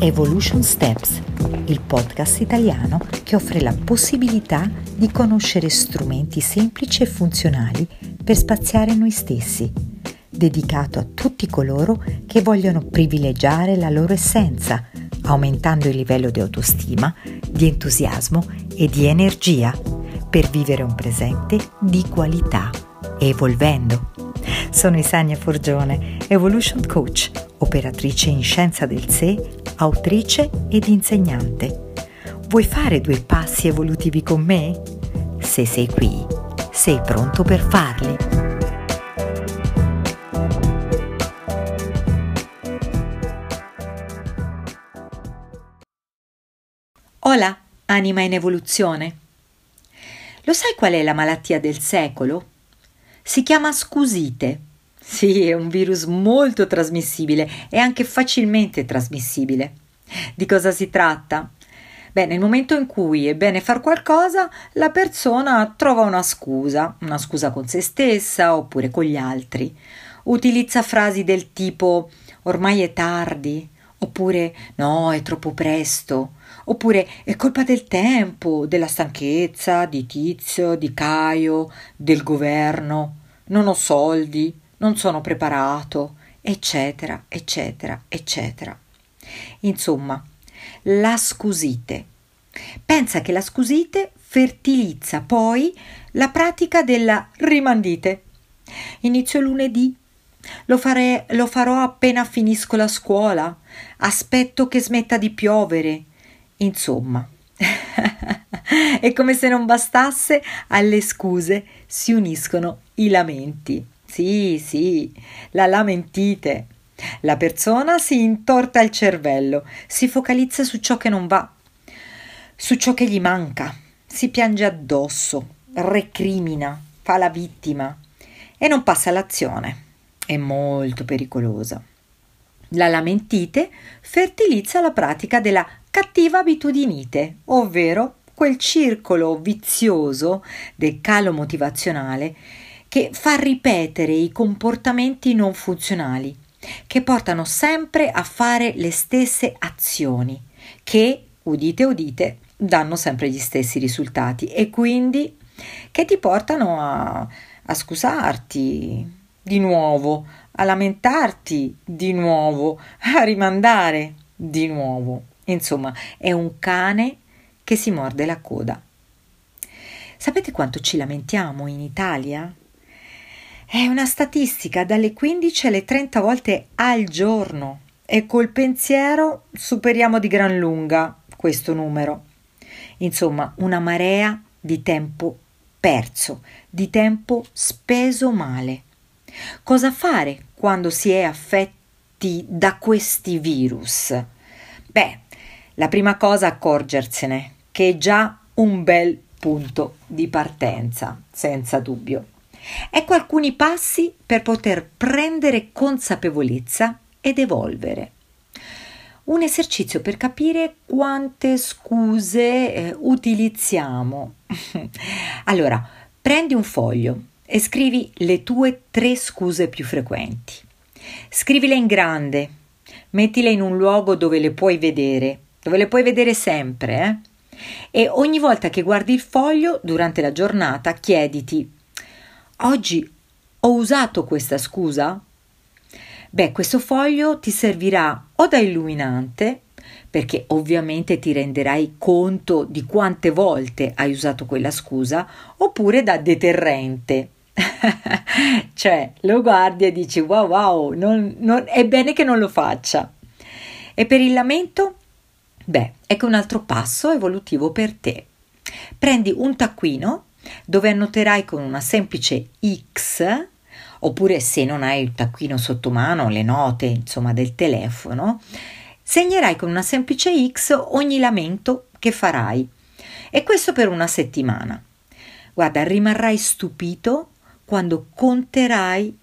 Evolution Steps, il podcast italiano che offre la possibilità di conoscere strumenti semplici e funzionali per spaziare noi stessi, dedicato a tutti coloro che vogliono privilegiare la loro essenza, aumentando il livello di autostima, di entusiasmo e di energia per vivere un presente di qualità, evolvendo. Sono Isania Forgione, Evolution Coach, operatrice in scienza del sé, autrice ed insegnante. Vuoi fare 2 passi evolutivi con me? Se sei qui, sei pronto per farli. Hola, anima in evoluzione. Lo sai qual è la malattia del secolo? Si chiama scusite. Sì, è un virus molto trasmissibile e anche facilmente trasmissibile. Di cosa si tratta? Beh, nel momento in cui è bene far qualcosa, la persona trova una scusa con se stessa oppure con gli altri. Utilizza frasi del tipo ormai è tardi, oppure no, è troppo presto, oppure è colpa del tempo, della stanchezza, di Tizio, di Caio, del governo, non ho soldi, non sono preparato, eccetera, eccetera, eccetera. Insomma, la scusite. Pensa che la scusite fertilizza poi la pratica della rimandite. Inizio lunedì, lo farò appena finisco la scuola, aspetto che smetta di piovere. Insomma, è come se non bastasse, alle scuse si uniscono i lamenti. Sì, la lamentite. La persona si intorta il cervello, si focalizza su ciò che non va, su ciò che gli manca, si piange addosso, recrimina, fa la vittima e non passa all'azione. È molto pericolosa. La lamentite fertilizza la pratica della cattiva abitudinite, ovvero quel circolo vizioso del calo motivazionale che fa ripetere i comportamenti non funzionali, che portano sempre a fare le stesse azioni, che, udite udite, danno sempre gli stessi risultati e quindi che ti portano a scusarti di nuovo, a lamentarti di nuovo, a rimandare di nuovo. Insomma, è un cane che si morde la coda. Sapete quanto ci lamentiamo in Italia? È una statistica dalle 15 alle 30 volte al giorno e col pensiero superiamo di gran lunga questo numero. Insomma, una marea di tempo perso, di tempo speso male. Cosa fare quando si è affetti da questi virus? Beh, la prima cosa è accorgersene, che è già un bel punto di partenza, senza dubbio. Ecco alcuni passi per poter prendere consapevolezza ed evolvere. Un esercizio per capire quante scuse utilizziamo. Allora, prendi un foglio e scrivi le tue 3 scuse più frequenti. Scrivile in grande, mettile in un luogo dove le puoi vedere sempre, E ogni volta che guardi il foglio durante la giornata chiediti: oggi ho usato questa scusa? Beh, questo foglio ti servirà o da illuminante, perché ovviamente ti renderai conto di quante volte hai usato quella scusa, oppure da deterrente. Cioè, lo guardi e dici wow, è bene che non lo faccia. E per il lamento? Beh, ecco un altro passo evolutivo per te. Prendi un taccuino dove annoterai con una semplice X, oppure se non hai il taccuino sotto mano, le note, insomma, del telefono, segnerai con una semplice X ogni lamento che farai. E questo per una settimana. Guarda, rimarrai stupito quando conterai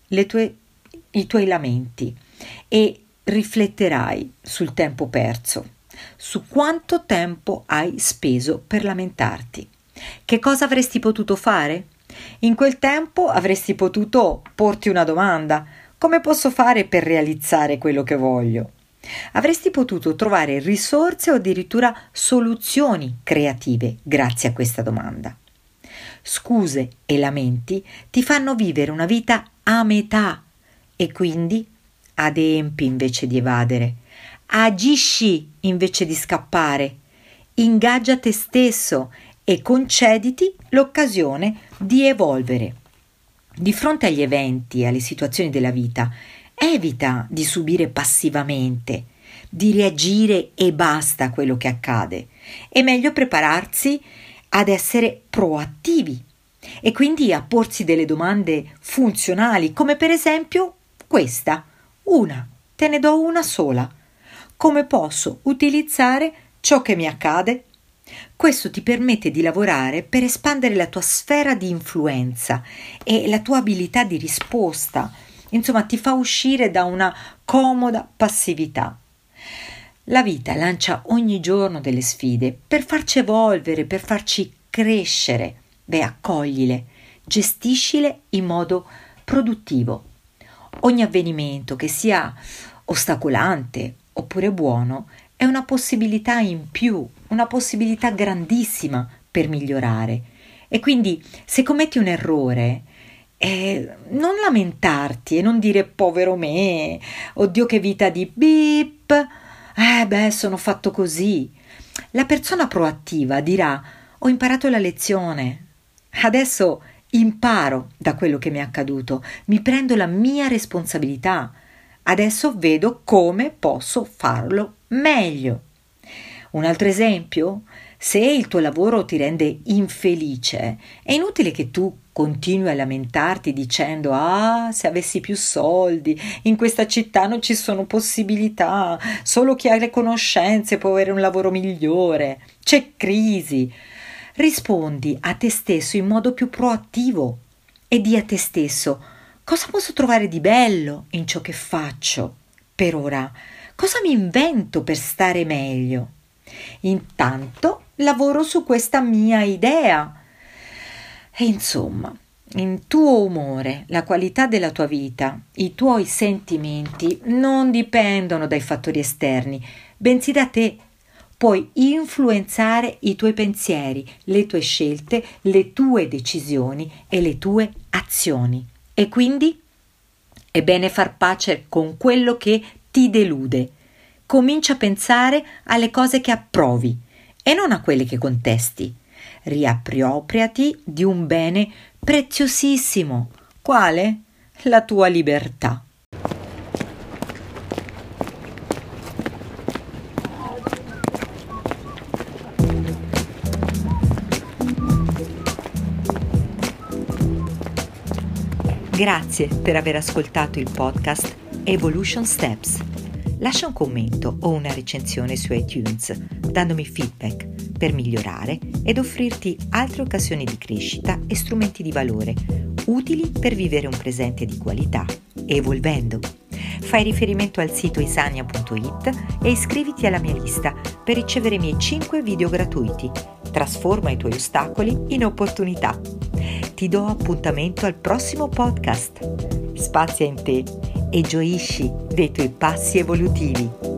i tuoi lamenti e rifletterai sul tempo perso, su quanto tempo hai speso per lamentarti. Che cosa avresti potuto fare? In quel tempo avresti potuto porti una domanda: come posso fare per realizzare quello che voglio? Avresti potuto trovare risorse o addirittura soluzioni creative grazie a questa domanda. Scuse e lamenti ti fanno vivere una vita a metà e quindi adempi invece di evadere, agisci invece di scappare, ingaggia te stesso e concediti l'occasione di evolvere. Di fronte agli eventi e alle situazioni della vita, evita di subire passivamente, di reagire e basta a quello che accade. È meglio prepararsi ad essere proattivi e quindi a porsi delle domande funzionali, come per esempio questa. Te ne do una sola. Come posso utilizzare ciò che mi accade? Questo ti permette di lavorare per espandere la tua sfera di influenza e la tua abilità di risposta. Insomma, ti fa uscire da una comoda passività. La vita lancia ogni giorno delle sfide per farci evolvere, per farci crescere. Accoglile, gestiscile in modo produttivo. Ogni avvenimento, che sia ostacolante oppure buono, è una possibilità in più, una possibilità grandissima per migliorare. E quindi, se commetti un errore, non lamentarti e non dire povero me, oddio che vita di bip, sono fatto così. La persona proattiva dirà: ho imparato la lezione, adesso imparo da quello che mi è accaduto, mi prendo la mia responsabilità, adesso vedo come posso farlo meglio. Un altro esempio: se il tuo lavoro ti rende infelice, è inutile che tu continui a lamentarti dicendo: se avessi più soldi, in questa città non ci sono possibilità, solo chi ha le conoscenze può avere un lavoro migliore, c'è crisi. Rispondi a te stesso in modo più proattivo e di a te stesso: cosa posso trovare di bello in ciò che faccio? Per ora, cosa mi invento per stare meglio? Intanto lavoro su questa mia idea. E insomma, il tuo umore, la qualità della tua vita, i tuoi sentimenti non dipendono dai fattori esterni, bensì da te. Puoi influenzare i tuoi pensieri, le tue scelte, le tue decisioni e le tue azioni. E quindi è bene far pace con quello che ti delude. Comincia a pensare alle cose che approvi e non a quelle che contesti. Riappropriati di un bene preziosissimo. Quale? La tua libertà. Grazie per aver ascoltato il podcast Evolution Steps. Lascia un commento o una recensione su iTunes, dandomi feedback per migliorare ed offrirti altre occasioni di crescita e strumenti di valore utili per vivere un presente di qualità, evolvendo. Fai riferimento al sito isania.it e iscriviti alla mia lista per ricevere i miei 5 video gratuiti. Trasforma i tuoi ostacoli in opportunità. Ti do appuntamento al prossimo podcast. Spazia in te e gioisci dei tuoi passi evolutivi.